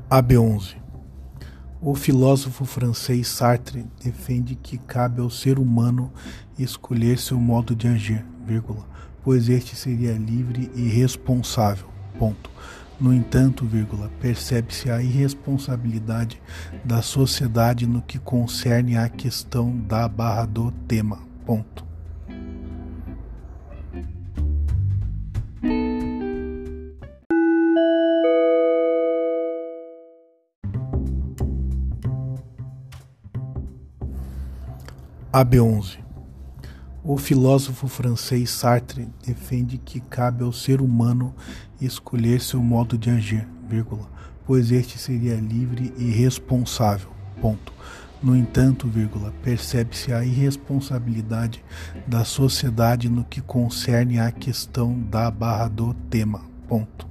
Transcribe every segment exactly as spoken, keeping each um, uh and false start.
A B onze. O filósofo francês Sartre defende que cabe ao ser humano escolher seu modo de agir, vírgula, pois este seria livre e responsável. Ponto. No entanto, vírgula, percebe-se a irresponsabilidade da sociedade no que concerne à questão da barra do tema. Ponto. A B onze. O filósofo francês Sartre defende que cabe ao ser humano escolher seu modo de agir, vírgula, pois este seria livre e responsável. Ponto. No entanto, vírgula, percebe-se a irresponsabilidade da sociedade no que concerne à questão da barra do tema. Ponto.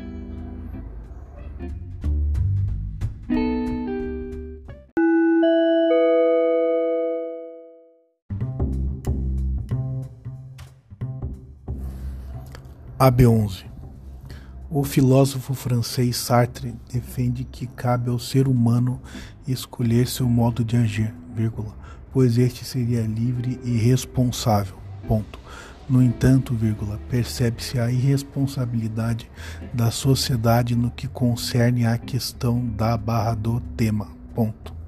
A B onze. O filósofo francês Sartre defende que cabe ao ser humano escolher seu modo de agir, vírgula, pois este seria livre e responsável. Ponto. No entanto, vírgula, percebe-se a irresponsabilidade da sociedade no que concerne à questão da barra do tema. Ponto.